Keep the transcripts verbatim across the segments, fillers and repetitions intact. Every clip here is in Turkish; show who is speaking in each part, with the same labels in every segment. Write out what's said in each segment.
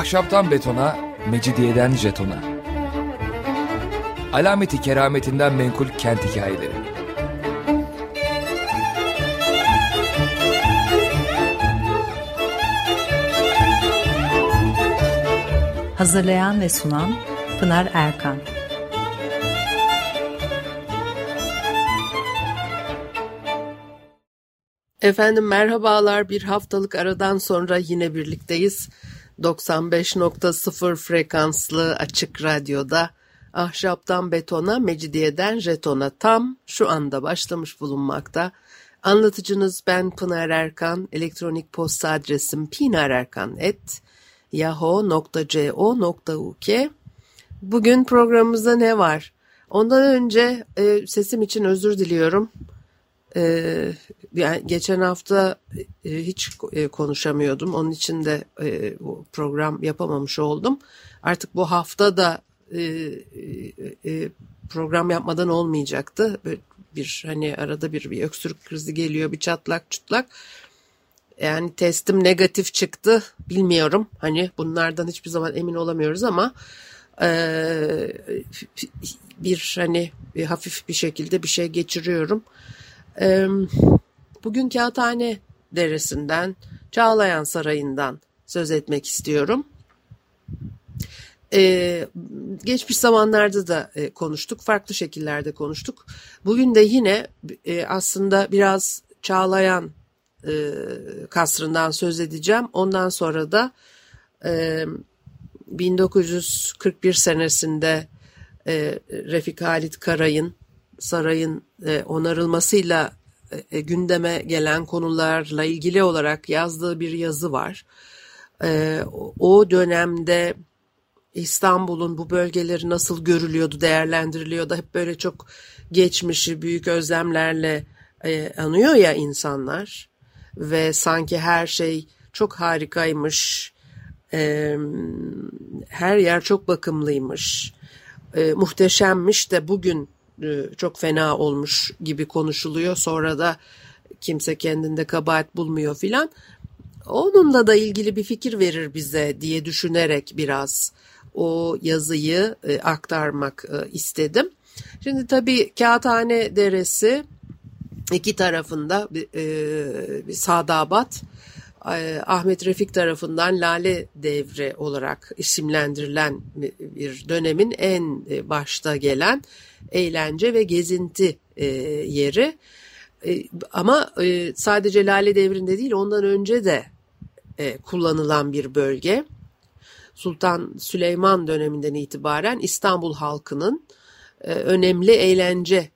Speaker 1: Ahşaptan betona, mecidiyeden jetona. Alameti kerametinden menkul kent hikayeleri.
Speaker 2: Hazırlayan ve sunan Pınar Erkan.
Speaker 3: Efendim merhabalar, bir haftalık aradan sonra yine birlikteyiz. doksan beş nokta sıfır frekanslı açık radyoda ahşaptan betona, mecidiyeden jetona tam şu anda başlamış bulunmakta. Anlatıcınız ben Pınar Erkan, elektronik posta adresim pinarerkan at yahoo nokta co nokta uk. Bugün programımızda ne var? Ondan önce e, sesim için özür diliyorum. Ee, yani geçen hafta e, hiç e, konuşamıyordum. Onun için de e, program yapamamış oldum. Artık bu hafta da e, e, program yapmadan olmayacaktı. Böyle bir hani arada bir, bir öksürük krizi geliyor, bir çatlak çutlak. Yani testim negatif çıktı. Bilmiyorum. Hani bunlardan hiçbir zaman emin olamıyoruz ama e, bir hani bir hafif bir şekilde bir şey geçiriyorum. Bugün Kağıthane Deresi'nden, Çağlayan Sarayı'ndan söz etmek istiyorum. Ee, geçmiş zamanlarda da e, konuştuk, farklı şekillerde konuştuk. Bugün de yine e, aslında biraz Çağlayan e, kasrından söz edeceğim. Ondan sonra da e, bin dokuz yüz kırk bir senesinde e, Refik Halit Karay'ın sarayın e, onarılmasıyla e, gündeme gelen konularla ilgili olarak yazdığı bir yazı var. E, o dönemde İstanbul'un bu bölgeleri nasıl görülüyordu, değerlendiriliyordu. Hep böyle çok geçmişi büyük özlemlerle e, anıyor ya insanlar. Ve sanki her şey çok harikaymış, e, her yer çok bakımlıymış, e, muhteşemmiş de bugün çok fena olmuş gibi konuşuluyor. Sonra da kimse kendinde kabahat bulmuyor filan. Onunla da ilgili bir fikir verir bize diye düşünerek biraz o yazıyı aktarmak istedim. Şimdi tabii Kağıthane Deresi iki tarafında bir Sadabat, Ahmet Refik tarafından Lale Devri olarak isimlendirilen bir dönemin en başta gelen eğlence ve gezinti yeri. Ama sadece Lale Devri'nde değil, ondan önce de kullanılan bir bölge. Sultan Süleyman döneminden itibaren İstanbul halkının önemli eğlence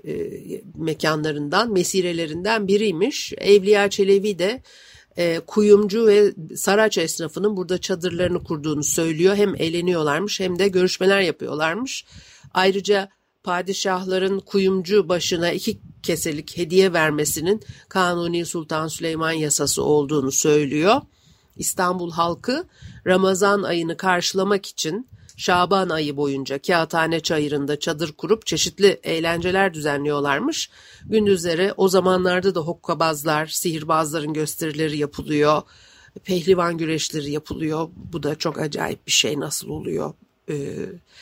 Speaker 3: mekanlarından, mesirelerinden biriymiş. Evliya Çelebi de E, kuyumcu ve Saraç esnafının burada çadırlarını kurduğunu söylüyor. Hem eğleniyorlarmış hem de görüşmeler yapıyorlarmış. Ayrıca padişahların kuyumcu başına iki keselik hediye vermesinin Kanuni Sultan Süleyman yasası olduğunu söylüyor. İstanbul halkı Ramazan ayını karşılamak için Şaban ayı boyunca Kağıthane Çayırı'nda çadır kurup çeşitli eğlenceler düzenliyorlarmış. Gündüzleri o zamanlarda da hokkabazlar, sihirbazların gösterileri yapılıyor. Pehlivan güreşleri yapılıyor. Bu da çok acayip bir şey, nasıl oluyor? Ee,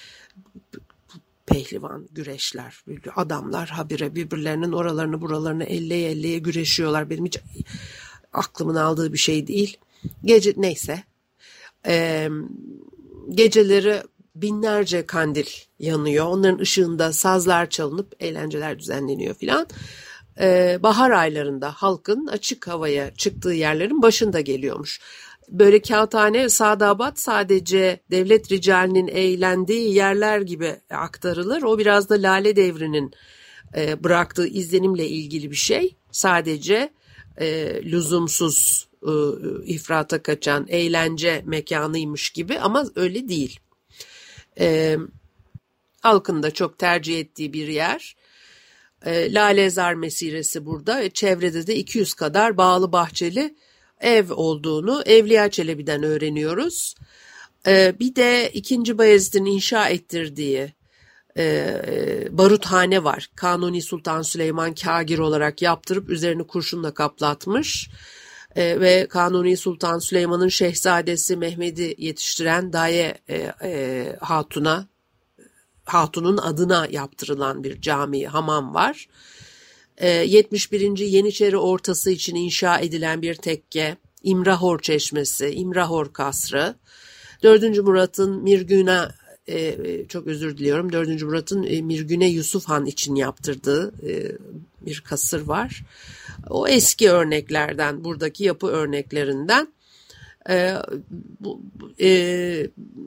Speaker 3: pehlivan güreşler, adamlar habire birbirlerinin oralarını buralarını elleye elleye güreşiyorlar. Benim hiç aklımın aldığı bir şey değil. Gece neyse. Eee Geceleri binlerce kandil yanıyor. Onların ışığında sazlar çalınıp eğlenceler düzenleniyor filan. Ee, bahar aylarında halkın açık havaya çıktığı yerlerin başında geliyormuş. Böyle Kağıthane, Sadabat sadece devlet ricalinin eğlendiği yerler gibi aktarılır. O biraz da Lale Devri'nin e, bıraktığı izlenimle ilgili bir şey. Sadece e, lüzumsuz, ifrata kaçan eğlence mekanıymış gibi, ama öyle değil. E, halkın da çok tercih ettiği bir yer. E, Lalezar mesiresi burada. E, çevrede de iki yüz kadar bağlı bahçeli ev olduğunu Evliya Çelebi'den öğreniyoruz. E, bir de ikinci Bayezid'in inşa ettirdiği e, baruthane var. Kanuni Sultan Süleyman kâgir olarak yaptırıp üzerini kurşunla kaplatmış. e, ve Kanuni Sultan Süleyman'ın şehzadesi Mehmet'i yetiştiren Daye e, e, Hatun'a Hatun'un adına yaptırılan bir cami, hamam var. E, yetmiş birinci Yeniçeri Ortası için inşa edilen bir tekke, İmrahor Çeşmesi, İmrahor Kasrı, dördüncü Murat'ın Mirgüne, e, çok özür diliyorum, dördüncü Murat'ın e, Mirgüne Yusuf Han için yaptırdığı e, bir kasır var. O eski örneklerden, buradaki yapı örneklerinden. E, bu, e,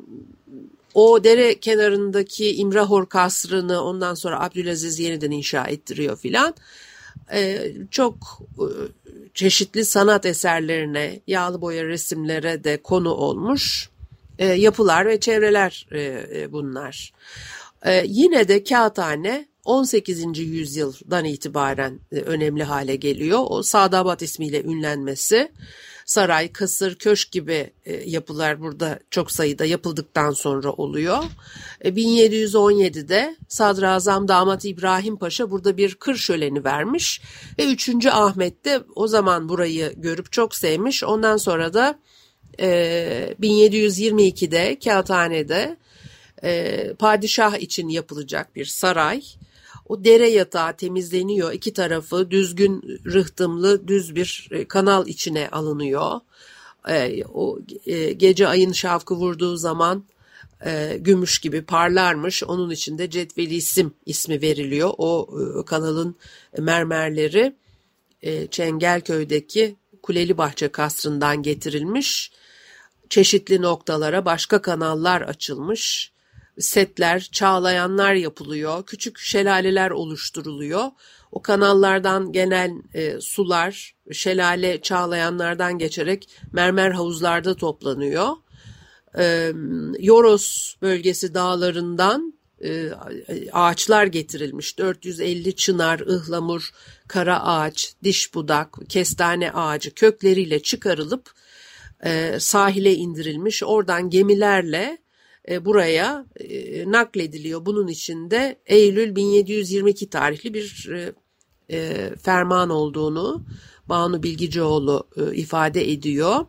Speaker 3: o dere kenarındaki İmrahor Kasrı'nı ondan sonra Abdülaziz yeniden inşa ettiriyor filan. E, çok e, çeşitli sanat eserlerine, yağlı boya resimlere de konu olmuş e, yapılar ve çevreler e, e, bunlar. E, yine de Kağıthane on sekizinci yüzyıldan itibaren e, önemli hale geliyor. O Sadabat ismiyle ünlenmesi, saray, kasır, köşk gibi e, yapılar burada çok sayıda yapıldıktan sonra oluyor. E, bin yedi yüz on yedide Sadrazam Damat İbrahim Paşa burada bir kır şöleni vermiş ve üçüncü Ahmet de o zaman burayı görüp çok sevmiş. Ondan sonra da e, bin yedi yüz yirmi ikide Kağıthane'de e, padişah için yapılacak bir saray. O dere yatağı temizleniyor. İki tarafı düzgün, rıhtımlı, düz bir kanal içine alınıyor. E, o e, gece ayın şavkı vurduğu zaman e, gümüş gibi parlarmış. Onun için de Cetvelisim ismi veriliyor. O e, kanalın mermerleri e, Çengelköy'deki Kulelibahçe Kasrı'ndan getirilmiş. Çeşitli noktalara başka kanallar açılmış. Setler, çağlayanlar yapılıyor, küçük şelaleler oluşturuluyor. O kanallardan gelen e, sular, şelale çağlayanlardan geçerek mermer havuzlarda toplanıyor. E, Yoros bölgesi dağlarından e, ağaçlar getirilmiş. dört yüz elli çınar, ıhlamur, kara ağaç, diş budak, kestane ağacı kökleriyle çıkarılıp e, sahile indirilmiş. Oradan gemilerle buraya e, naklediliyor. Bunun için de Eylül bin yedi yüz yirmi iki tarihli bir e, e, ferman olduğunu Banu Bilgicioğlu e, ifade ediyor.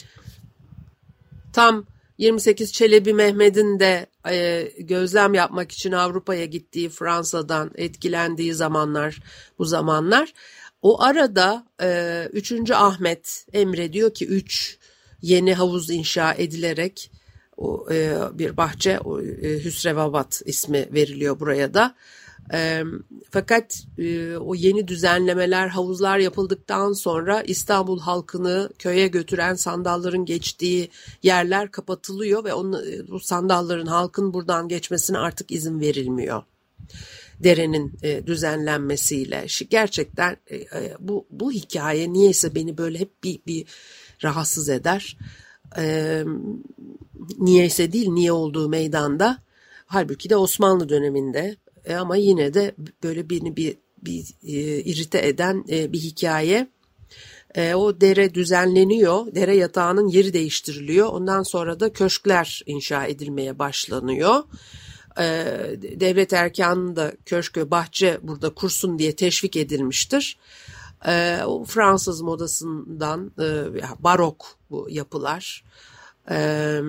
Speaker 3: Tam yirmi sekiz Çelebi Mehmet'in de e, gözlem yapmak için Avrupa'ya gittiği, Fransa'dan etkilendiği zamanlar bu zamanlar. O arada e, üçüncü Ahmet emrediyor ki üç yeni havuz inşa edilerek o, e, bir bahçe, o, e, Hüsrevabat ismi veriliyor buraya da. E, fakat e, o yeni düzenlemeler, havuzlar yapıldıktan sonra İstanbul halkını köye götüren sandalların geçtiği yerler kapatılıyor ve onu, bu sandalların, halkın buradan geçmesine artık izin verilmiyor. Derenin e, düzenlenmesiyle. Gerçekten e, e, bu bu hikaye niyeyse beni böyle hep bir, bir rahatsız eder. E, niyeyse değil, niye olduğu meydanda. Halbuki de Osmanlı döneminde e, ama yine de böyle beni bir, bir e, irite eden e, bir hikaye. E, o dere düzenleniyor, dere yatağının yeri değiştiriliyor. Ondan sonra da köşkler inşa edilmeye başlanıyor. E, devlet erkanı da köşk ve bahçe burada kursun diye teşvik edilmiştir. E, o Fransız modasından e, barok bu yapılar. E,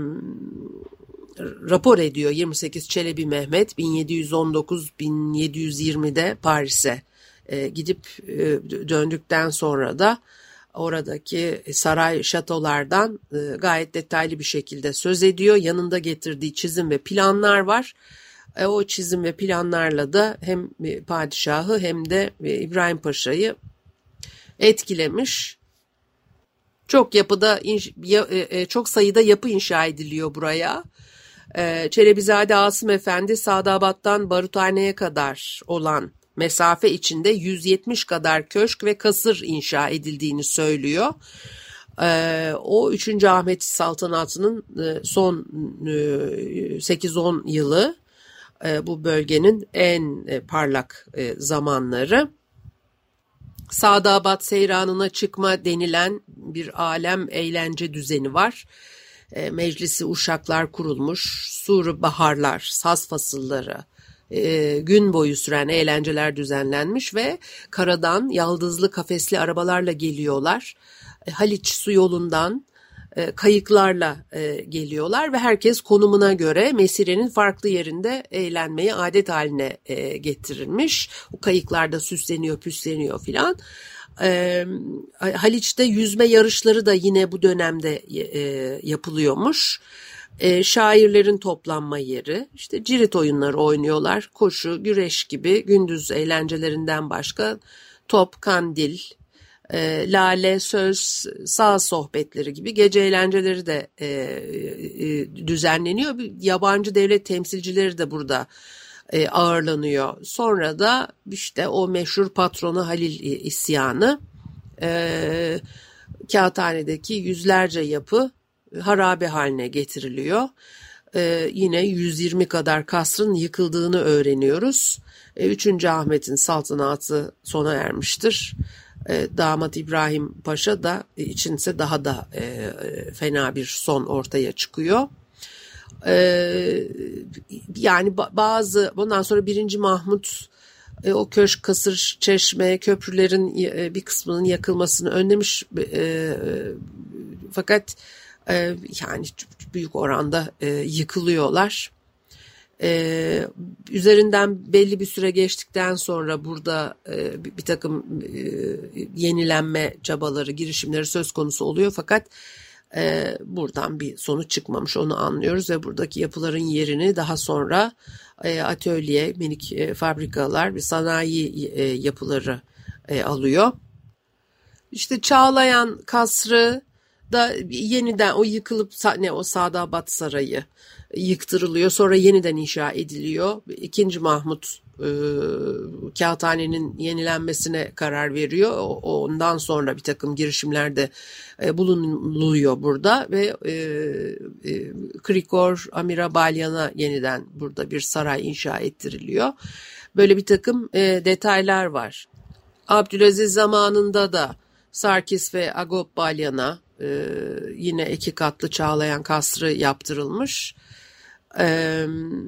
Speaker 3: rapor ediyor yirmi sekiz Çelebi Mehmet bin yedi yüz on dokuz bin yedi yüz yirmide Paris'e e, gidip e, döndükten sonra da oradaki saray şatolardan e, gayet detaylı bir şekilde söz ediyor. Yanında getirdiği çizim ve planlar var. E, o çizim ve planlarla da hem padişahı hem de İbrahim Paşa'yı etkilemiş. Çok yapıda çok sayıda yapı inşa ediliyor buraya. Çelebizade Asım Efendi Sadabat'tan Baruthane'ye kadar olan mesafe içinde yüz yetmiş kadar köşk ve kasır inşa edildiğini söylüyor. O üçüncü Ahmet saltanatının son sekiz on yılı bu bölgenin en parlak zamanları. Sadabat seyranına çıkma denilen bir alem eğlence düzeni var. E, meclisi uşaklar kurulmuş, sur baharlar, saz fasılları, e, gün boyu süren eğlenceler düzenlenmiş ve karadan yaldızlı kafesli arabalarla geliyorlar. E, Haliç su yolundan e, kayıklarla e, geliyorlar ve herkes konumuna göre Mesire'nin farklı yerinde eğlenmeyi adet haline e, getirilmiş. O kayıklarda süsleniyor, püsleniyor filan. E, Haliç'te yüzme yarışları da yine bu dönemde e, yapılıyormuş. E, şairlerin toplanma yeri, işte cirit oyunları oynuyorlar, koşu, güreş gibi gündüz eğlencelerinden başka top, kandil, e, lale, söz, saz sohbetleri gibi gece eğlenceleri de e, e, düzenleniyor. Yabancı devlet temsilcileri de burada e, ağırlanıyor. Sonra da işte o meşhur patronu Halil isyanı, e, Kağıthane'deki yüzlerce yapı harabe haline getiriliyor. Ee, yine yüz yirmi kadar kasrın yıkıldığını öğreniyoruz. Ee, üçüncü Ahmet'in saltanatı sona ermiştir. Ee, damat İbrahim Paşa da içinse daha da e, fena bir son ortaya çıkıyor. Ee, yani bazı bundan sonra birinci Mahmut e, o köşk, kasır, çeşme, köprülerin e, bir kısmının yakılmasını önlemiş. E, fakat yani büyük oranda e, yıkılıyorlar. E, üzerinden belli bir süre geçtikten sonra burada e, bir, bir takım e, yenilenme çabaları, girişimleri söz konusu oluyor. Fakat e, buradan bir sonuç çıkmamış, onu anlıyoruz ve buradaki yapıların yerini daha sonra e, atölye, minik e, fabrikalar ve sanayi e, yapıları e, alıyor. İşte Çağlayan Kasrı da yeniden o yıkılıp ne o Sadabat Sarayı yıktırılıyor, sonra yeniden inşa ediliyor. İkinci Mahmut e, Kağıthane'nin yenilenmesine karar veriyor. O, ondan sonra bir takım girişimlerde e, bulunuluyor burada ve e, e, Krikor Amirabalyan'a yeniden burada bir saray inşa ettiriliyor. Böyle bir takım e, detaylar var. Abdülaziz zamanında da Sarkis ve Agopbalyan'a Ee, yine iki katlı Çağlayan Kasrı yaptırılmış. Ee,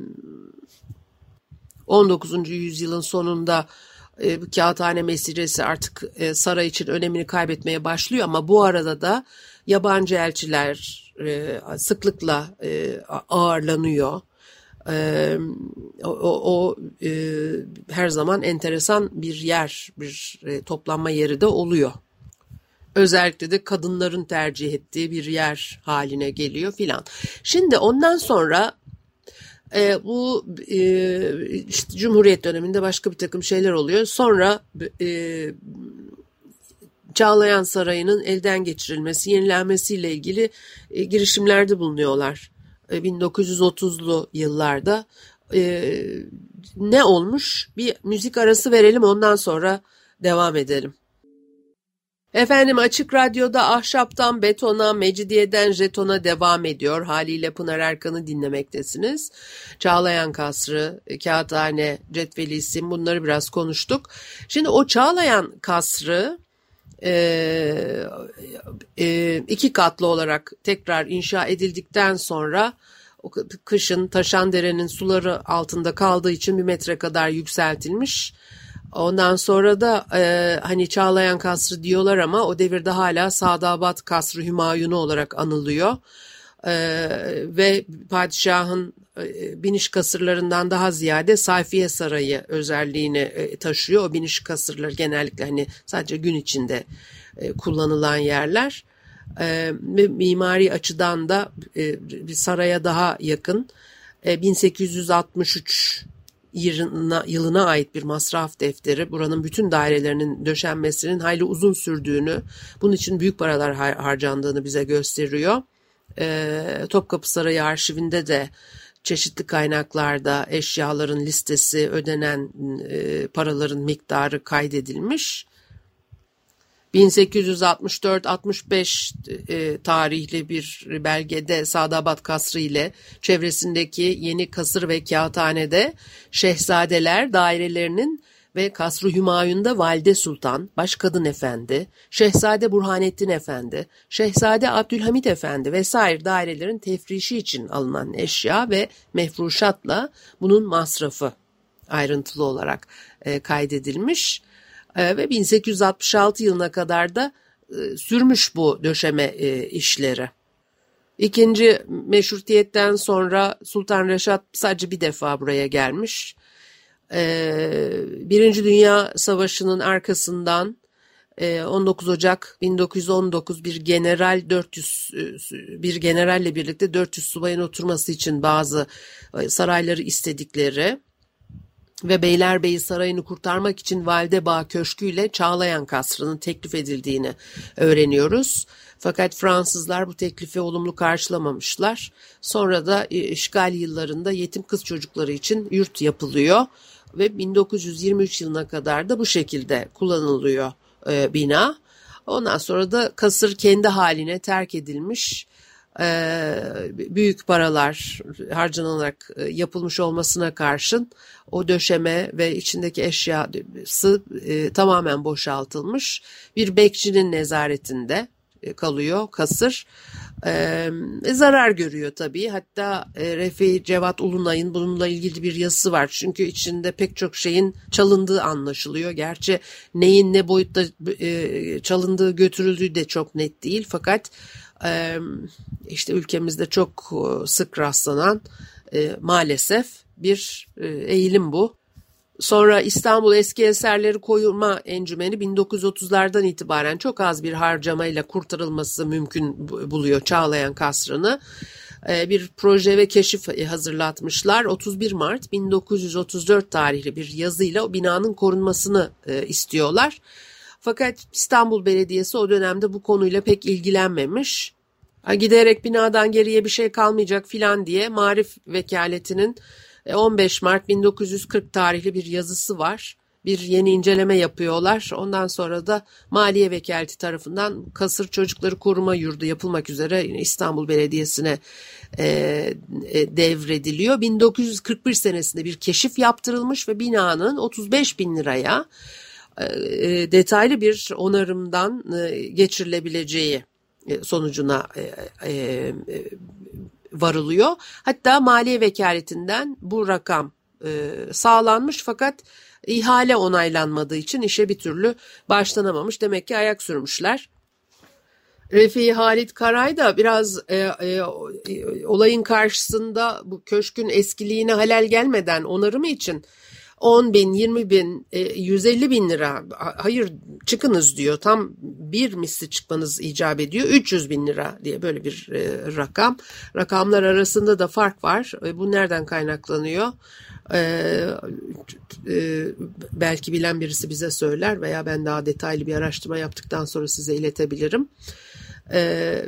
Speaker 3: on dokuzuncu yüzyılın sonunda e, bu Kağıthane Mesiresi artık e, saray için önemini kaybetmeye başlıyor ama bu arada da yabancı elçiler e, sıklıkla e, ağırlanıyor. E, o o e, her zaman enteresan bir yer, bir e, toplanma yeri de oluyor. Özellikle de kadınların tercih ettiği bir yer haline geliyor filan. Şimdi ondan sonra e, bu e, işte Cumhuriyet döneminde başka bir takım şeyler oluyor. Sonra e, Çağlayan Sarayı'nın elden geçirilmesi, yenilenmesiyle ilgili e, girişimlerde bulunuyorlar. E, bin dokuz yüz otuzlu yıllarda e, ne olmuş? Bir müzik arası verelim, ondan sonra devam edelim. Efendim, Açık Radyo'da ahşaptan betona, mecidiyeden jetona devam ediyor. Haliyle Pınar Erkan'ı dinlemektesiniz. Çağlayan Kasrı, Kağıthane, Cetveli İsim, bunları biraz konuştuk. Şimdi o Çağlayan Kasrı e, e, iki katlı olarak tekrar inşa edildikten sonra o kışın Taşandere'nin suları altında kaldığı için bir metre kadar yükseltilmiş. Ondan sonra da e, hani Çağlayan Kasrı diyorlar ama o devirde hala Sadabat Kasrı Hümayunu olarak anılıyor. E, ve padişahın e, biniş kasırlarından daha ziyade Sayfiye Sarayı özelliğini e, taşıyor. O biniş kasırları genellikle hani sadece gün içinde e, kullanılan yerler. E, ve mimari açıdan da e, bir saraya daha yakın. E, bin sekiz yüz altmış üç Yılına, yılına ait bir masraf defteri buranın bütün dairelerinin döşenmesinin hayli uzun sürdüğünü, bunun için büyük paralar har- harcandığını bize gösteriyor. E, Topkapı Sarayı arşivinde de çeşitli kaynaklarda eşyaların listesi, ödenen e, paraların miktarı kaydedilmiş. bin sekiz yüz altmış dört altmış beş e, tarihli bir belgede Sadabat Kasrı ile çevresindeki yeni kasır ve kağıthanede Şehzadeler dairelerinin ve Kasr-ı Hümayun'da Valide Sultan, Başkadın Efendi, Şehzade Burhanettin Efendi, Şehzade Abdülhamit Efendi vesaire dairelerin tefrişi için alınan eşya ve mefruşatla bunun masrafı ayrıntılı olarak e, kaydedilmiş. E, ve bin sekiz yüz altmış altı yılına kadar da e, sürmüş bu döşeme e, işleri. İkinci meşrutiyetten sonra Sultan Reşat sadece bir defa buraya gelmiş. E, Birinci Dünya Savaşı'nın arkasından on dokuz Ocak bin dokuz yüz on dokuz bir general dört yüz bir generalle birlikte dört yüz subayın oturması için bazı sarayları istedikleri ve Beylerbeyi Sarayı'nı kurtarmak için Validebağ Köşkü ile Çağlayan Kasrı'nın teklif edildiğini öğreniyoruz. Fakat Fransızlar bu teklifi olumlu karşılamamışlar. Sonra da işgal yıllarında yetim kız çocukları için yurt yapılıyor ve bin dokuz yüz yirmi üç yılına kadar da bu şekilde kullanılıyor e, bina. Ondan sonra da kasır kendi haline terk edilmiş. E, büyük paralar harcanarak e, yapılmış olmasına karşın o döşeme ve içindeki eşyası e, tamamen boşaltılmış. Bir bekçinin nezaretinde e, kalıyor kasır. Ee, zarar görüyor tabii. Hatta e, Refik Cevat Ulunay'ın bununla ilgili bir yazısı var. Çünkü içinde pek çok şeyin çalındığı anlaşılıyor. Gerçi neyin ne boyutta e, çalındığı götürüldüğü de çok net değil. Fakat e, işte ülkemizde çok sık rastlanan e, maalesef bir e, eğilim bu. Sonra İstanbul Eski Eserleri Koruma Encümeni bin dokuz yüz otuzlardan itibaren çok az bir harcamayla kurtarılması mümkün buluyor Çağlayan Kasrı'nı. Bir proje ve keşif hazırlatmışlar. otuz bir Mart bin dokuz yüz otuz dört tarihli bir yazıyla o binanın korunmasını istiyorlar. Fakat İstanbul Belediyesi o dönemde bu konuyla pek ilgilenmemiş. Giderek binadan geriye bir şey kalmayacak filan diye Marif Vekaletinin on beş Mart bin dokuz yüz kırk tarihli bir yazısı var. Bir yeni inceleme yapıyorlar. Ondan sonra da Maliye Vekaleti tarafından Kasır Çocukları Koruma Yurdu yapılmak üzere İstanbul Belediyesi'ne e, e, devrediliyor. bin dokuz yüz kırk bir senesinde bir keşif yaptırılmış ve binanın otuz beş bin liraya e, detaylı bir onarımdan e, geçirilebileceği sonucuna e, e, e, varılıyor. Hatta Maliye Vekaletinden bu rakam e, sağlanmış fakat ihale onaylanmadığı için işe bir türlü başlanamamış. Demek ki ayak sürmüşler. Refik Halit Karay da biraz e, e, olayın karşısında bu köşkün eskiliğine halel gelmeden onarımı için on bin, yirmi bin, yüz elli bin lira, hayır çıkınız diyor, tam bir misli çıkmanız icap ediyor, üç yüz bin lira diye böyle bir e, rakam. Rakamlar arasında da fark var. E, bu nereden kaynaklanıyor? E, e, belki bilen birisi bize söyler veya ben daha detaylı bir araştırma yaptıktan sonra size iletebilirim. E,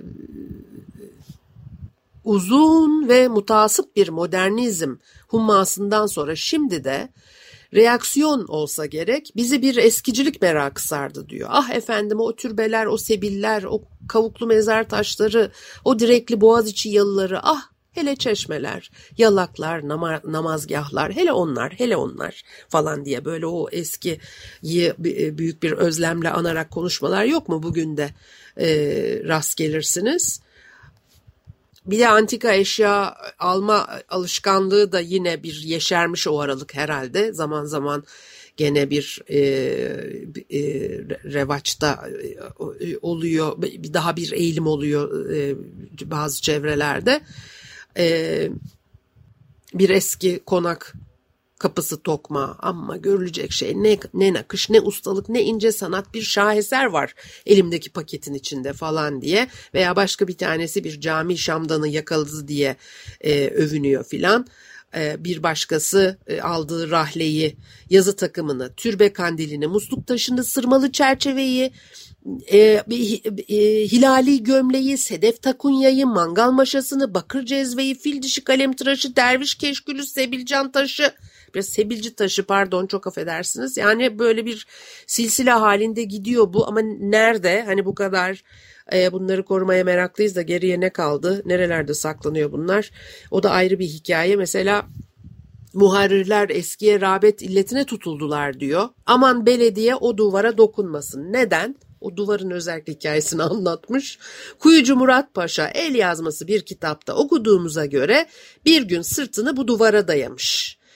Speaker 3: uzun ve mutasip bir modernizm hummasından sonra şimdi de reaksiyon olsa gerek, bizi bir eskicilik merakı sardı diyor. Ah efendim, o türbeler, o sebiller, o kavuklu mezar taşları, o direkli Boğaziçi yalıları, ah hele çeşmeler, yalaklar, nama, namazgahlar, hele onlar, hele onlar falan diye böyle o eskiyi büyük bir özlemle anarak konuşmalar yok mu bugün de e, rast gelirsiniz. Bir de antika eşya alma alışkanlığı da yine bir yeşermiş o aralık herhalde. Zaman zaman gene bir e, e, revaçta e, oluyor, bir daha bir eğilim oluyor e, bazı çevrelerde. E, bir eski konak kapısı tokma, ama görülecek şey ne, ne nakış, ne ustalık, ne ince sanat, bir şaheser var elimdeki paketin içinde falan diye, veya başka bir tanesi bir cami şamdanı yakaladı diye e, övünüyor filan. E, bir başkası e, aldığı rahleyi, yazı takımını, türbe kandilini, musluk taşını, sırmalı çerçeveyi, e, e, hilali gömleği, sedef takunyayı, mangal maşasını, bakır cezveyi, fil dişi kalemtıraşı, derviş keşkülü, sebilcan taşı, biraz sebilci taşı, pardon, çok affedersiniz. Yani böyle bir silsile halinde gidiyor bu, ama nerede? Hani bu kadar e, bunları korumaya meraklıyız da geriye ne kaldı? Nerelerde saklanıyor bunlar? O da ayrı bir hikaye. Mesela muharrirler eskiye rağbet illetine tutuldular diyor. Aman belediye o duvara dokunmasın. Neden? O duvarın özellikle hikayesini anlatmış. Kuyucu Murat Paşa el yazması bir kitapta okuduğumuza göre bir gün sırtını bu duvara dayamış.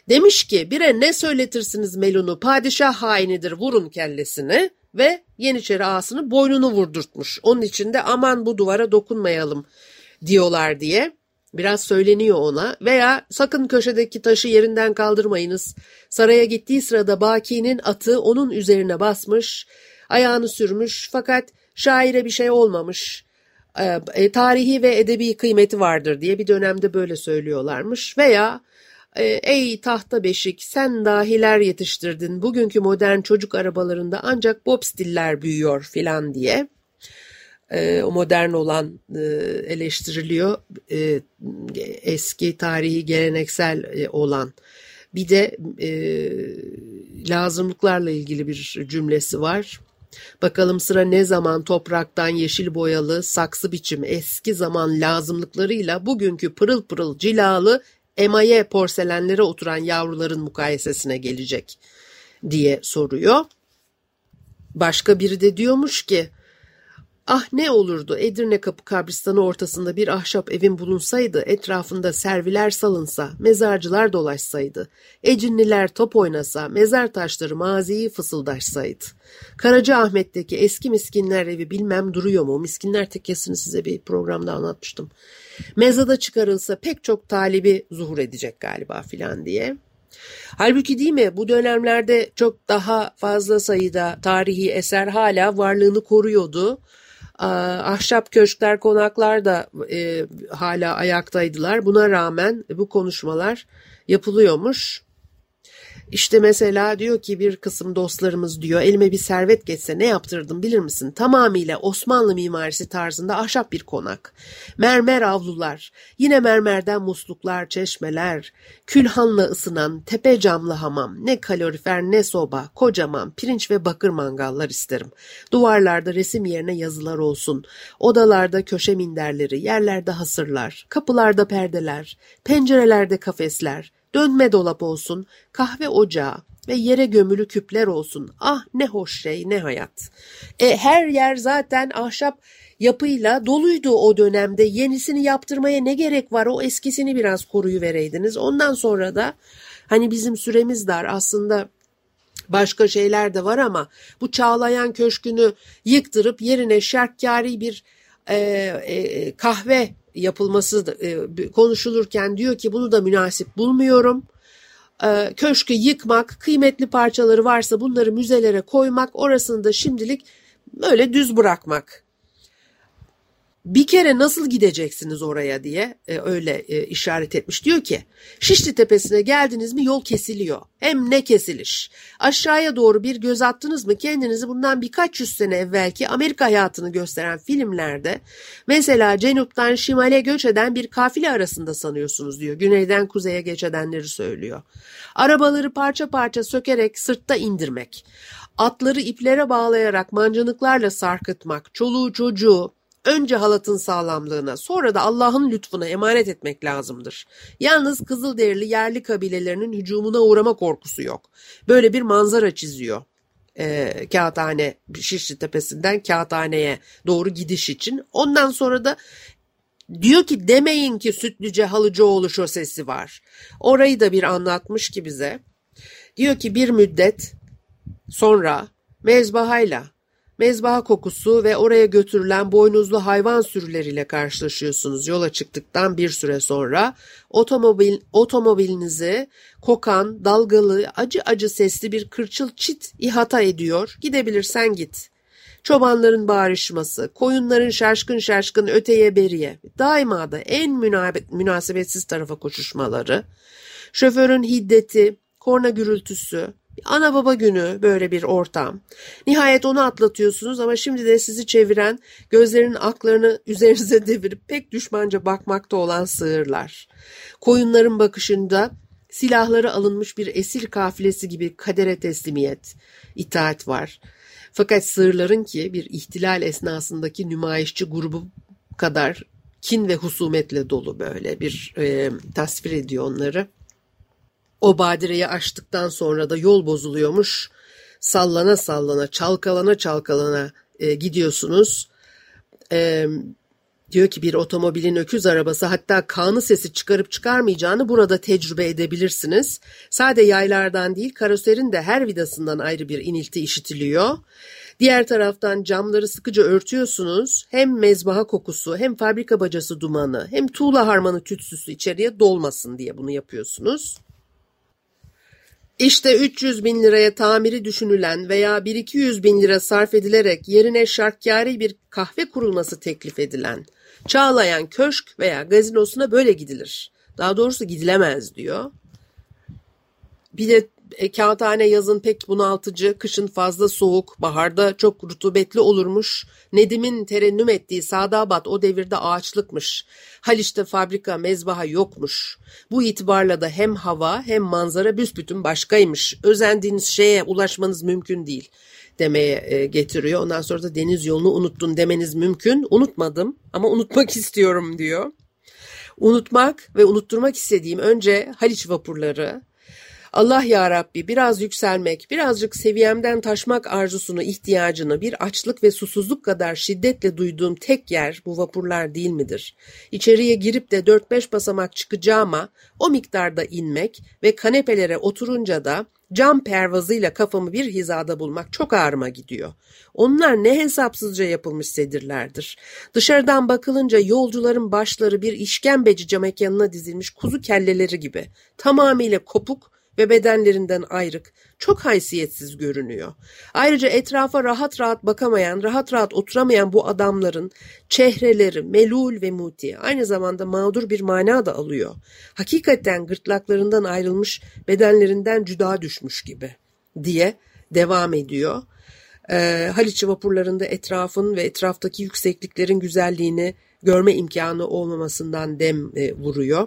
Speaker 3: Demiş ki bire ne söyletirsiniz melunu, padişah hainidir, vurun kellesini, ve Yeniçeri ağasının boynunu vurdurtmuş. Onun için de aman bu duvara dokunmayalım diyorlar diye biraz söyleniyor ona. Veya sakın köşedeki taşı yerinden kaldırmayınız. Saraya gittiği sırada Baki'nin atı onun üzerine basmış, ayağını sürmüş fakat şaire bir şey olmamış. E, e, tarihi ve edebi kıymeti vardır diye bir dönemde böyle söylüyorlarmış. Veya e, ey tahta beşik sen dahiler yetiştirdin, bugünkü modern çocuk arabalarında ancak bobstiller büyüyor filan diye. E, o modern olan e, eleştiriliyor, e, eski tarihi geleneksel e, olan. Bir de e, lazımlıklarla ilgili bir cümlesi var. Bakalım sıra ne zaman topraktan yeşil boyalı saksı biçim eski zaman lazımlıklarıyla bugünkü pırıl pırıl cilalı emaye porselenlere oturan yavruların mukayesesine gelecek diye soruyor. Başka biri de diyormuş ki ah ne olurdu Edirne Kapı kabristanı ortasında bir ahşap evin bulunsaydı, etrafında serviler salınsa, mezarcılar dolaşsaydı, ecinliler top oynasa, mezar taşları maziyi fısıldaşsaydı. Karacaahmet'teki eski miskinler evi bilmem duruyor mu? Miskinler tekkesini size bir programda anlatmıştım. Mezada çıkarılsa pek çok talibi zuhur edecek galiba filan diye. Halbuki değil mi bu dönemlerde çok daha fazla sayıda tarihi eser hala varlığını koruyordu. Ahşap köşkler, konaklar da e, hala ayaktaydılar. Buna rağmen bu konuşmalar yapılıyormuş. İşte mesela diyor ki bir kısım dostlarımız diyor, elime bir servet geçse ne yaptırırdım bilir misin? Tamamıyla Osmanlı mimarisi tarzında ahşap bir konak. Mermer avlular, yine mermerden musluklar, çeşmeler, külhanla ısınan tepe camlı hamam, ne kalorifer ne soba, kocaman pirinç ve bakır mangallar isterim. Duvarlarda resim yerine yazılar olsun, odalarda köşe minderleri, yerlerde hasırlar, kapılarda perdeler, pencerelerde kafesler, dönme dolap olsun, kahve ocağı ve yere gömülü küpler olsun. Ah ne hoş şey, ne hayat. E, her yer zaten ahşap yapıyla doluydu o dönemde. Yenisini yaptırmaya ne gerek var? O eskisini biraz koruyuvereydiniz. Ondan sonra da hani bizim süremiz dar aslında, başka şeyler de var ama bu Çağlayan Köşkü'nü yıktırıp yerine şerkkâri bir e, e, kahve yapılması e, konuşulurken diyor ki bunu da münasip bulmuyorum. E, köşkü yıkmak, kıymetli parçaları varsa bunları müzelere koymak, orasını da şimdilik öyle düz bırakmak. Bir kere nasıl gideceksiniz oraya diye e, öyle e, işaret etmiş. Diyor ki Şişli Tepesi'ne geldiniz mi yol kesiliyor. Hem ne kesiliş. Aşağıya doğru bir göz attınız mı kendinizi bundan birkaç yüz sene evvelki Amerika hayatını gösteren filmlerde mesela cenuptan şimale göç eden bir kafile arasında sanıyorsunuz diyor. Güneyden kuzeye göç edenleri söylüyor. Arabaları parça parça sökerek sırtta indirmek. Atları iplere bağlayarak mancınıklarla sarkıtmak. Çoluğu çocuğu önce halatın sağlamlığına, sonra da Allah'ın lütfuna emanet etmek lazımdır. Yalnız Kızılderili yerli kabilelerinin hücumuna uğrama korkusu yok. Böyle bir manzara çiziyor. E, Kağıthane, Şişli Tepesi'nden Kağıthane'ye doğru gidiş için. Ondan sonra da diyor ki demeyin ki Sütlüce Halıcıoğlu şosesi var. Orayı da bir anlatmış ki bize. Diyor ki bir müddet sonra mezbahayla, mezbaha kokusu ve oraya götürülen boynuzlu hayvan sürüleriyle karşılaşıyorsunuz yola çıktıktan bir süre sonra. Otomobil, otomobilinizi kokan, dalgalı, acı acı sesli bir kırçıl çit ihata ediyor. Gidebilirsen git. Çobanların bağırışması, koyunların şaşkın şaşkın öteye beriye, daima da en münasebetsiz tarafa koşuşmaları, şoförün hiddeti, korna gürültüsü, ana baba günü böyle bir ortam. Nihayet onu atlatıyorsunuz ama şimdi de sizi çeviren, gözlerinin aklarını üzerinize devirip pek düşmanca bakmakta olan sığırlar. Koyunların bakışında silahları alınmış bir esir kafilesi gibi kadere teslimiyet, itaat var. Fakat sığırların ki bir ihtilal esnasındaki nümayişçi grubu kadar kin ve husumetle dolu böyle bir e, tasvir ediyor onları. O badireyi aştıktan sonra da yol bozuluyormuş. Sallana sallana, çalkalana çalkalana e, gidiyorsunuz. E, Diyor ki bir otomobilin öküz arabası hatta kanı sesi çıkarıp çıkarmayacağını burada tecrübe edebilirsiniz. Sade yaylardan değil, karoserin de her vidasından ayrı bir inilti işitiliyor. Diğer taraftan camları sıkıca örtüyorsunuz. Hem mezbaha kokusu, hem fabrika bacası dumanı, hem tuğla harmanı tütsüsü içeriye dolmasın diye bunu yapıyorsunuz. İşte üç yüz bin liraya tamiri düşünülen veya bir iki yüz bin lira sarf edilerek yerine şarkkâri bir kahve kurulması teklif edilen Çağlayan Köşk veya gazinosuna böyle gidilir. Daha doğrusu gidilemez diyor. Bir de e, kağıthane yazın pek bunaltıcı, kışın fazla soğuk, baharda çok rutubetli olurmuş. Nedim'in terennüm ettiği Sadabat o devirde ağaçlıkmış. Haliç'te fabrika, mezbaha yokmuş. Bu itibarla da hem hava hem manzara büsbütün başkaymış. Özendiğiniz şeye ulaşmanız mümkün değil demeye e, getiriyor. Ondan sonra da deniz yolunu unuttun demeniz mümkün. Unutmadım ama unutmak istiyorum diyor. Unutmak ve unutturmak istediğim önce Haliç vapurları. Allah ya Rabbi, biraz yükselmek, birazcık seviyemden taşmak arzusunu, ihtiyacını bir açlık ve susuzluk kadar şiddetle duyduğum tek yer bu vapurlar değil midir? İçeriye girip de dört beş basamak çıkacağıma o miktarda inmek ve kanepelere oturunca da cam pervazıyla kafamı bir hizada bulmak çok ağrıma gidiyor. Onlar ne hesapsızca yapılmış sedirlerdir. Dışarıdan bakılınca yolcuların başları bir işkembeci cam mekanına dizilmiş kuzu kelleleri gibi, tamamıyla kopuk ve bedenlerinden ayrık, çok haysiyetsiz görünüyor. Ayrıca etrafa rahat rahat bakamayan, rahat rahat oturamayan bu adamların çehreleri melul ve muti, aynı zamanda mağdur bir mana da alıyor. Hakikaten gırtlaklarından ayrılmış, bedenlerinden cüda düşmüş gibi diye devam ediyor. Ee, Haliç vapurlarında etrafın ve etraftaki yüksekliklerin güzelliğini görme imkanı olmamasından dem e, vuruyor.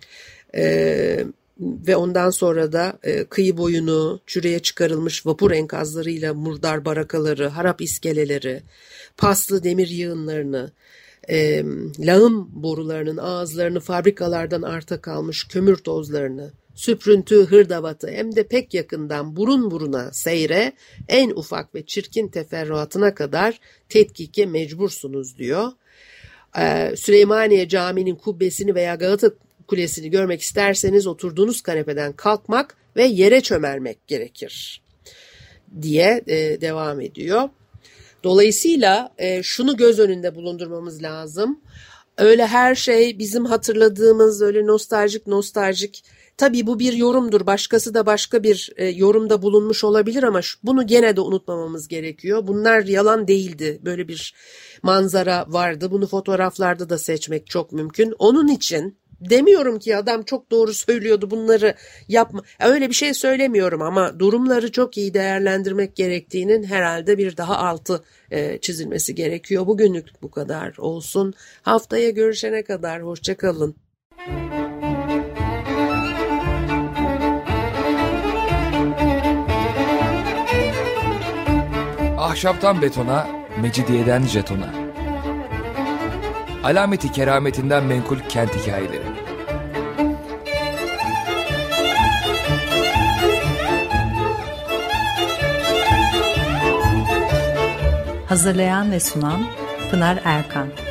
Speaker 3: Ee, Ve ondan sonra da e, kıyı boyunu, çüreye çıkarılmış vapur enkazlarıyla murdar barakaları, harap iskeleleri, paslı demir yığınlarını, e, lağım borularının ağızlarını, fabrikalardan arta kalmış kömür tozlarını, süprüntü, hırdavatı hem de pek yakından burun buruna seyre, en ufak ve çirkin teferruatına kadar tetkike mecbursunuz diyor. Ee, Süleymaniye Camii'nin kubbesini veya Galata Kulesi'ni görmek isterseniz oturduğunuz kanepeden kalkmak ve yere çömelmek gerekir diye e, devam ediyor. Dolayısıyla e, şunu göz önünde bulundurmamız lazım. Öyle her şey bizim hatırladığımız öyle nostaljik nostaljik. Tabii bu bir yorumdur. Başkası da başka bir e, yorumda bulunmuş olabilir ama şu, bunu gene de unutmamamız gerekiyor. Bunlar yalan değildi. Böyle bir manzara vardı. Bunu fotoğraflarda da seçmek çok mümkün. Onun için demiyorum ki adam çok doğru söylüyordu, bunları yapma. Öyle bir şey söylemiyorum ama durumları çok iyi değerlendirmek gerektiğinin herhalde bir daha altı e, çizilmesi gerekiyor. Bugünlük bu kadar olsun. Haftaya görüşene kadar hoşça kalın.
Speaker 1: Ahşaptan betona, mecidiyeden jetona. Alameti kerametinden menkul kent hikayeleri.
Speaker 2: Hazırlayan ve sunan Pınar Erkan.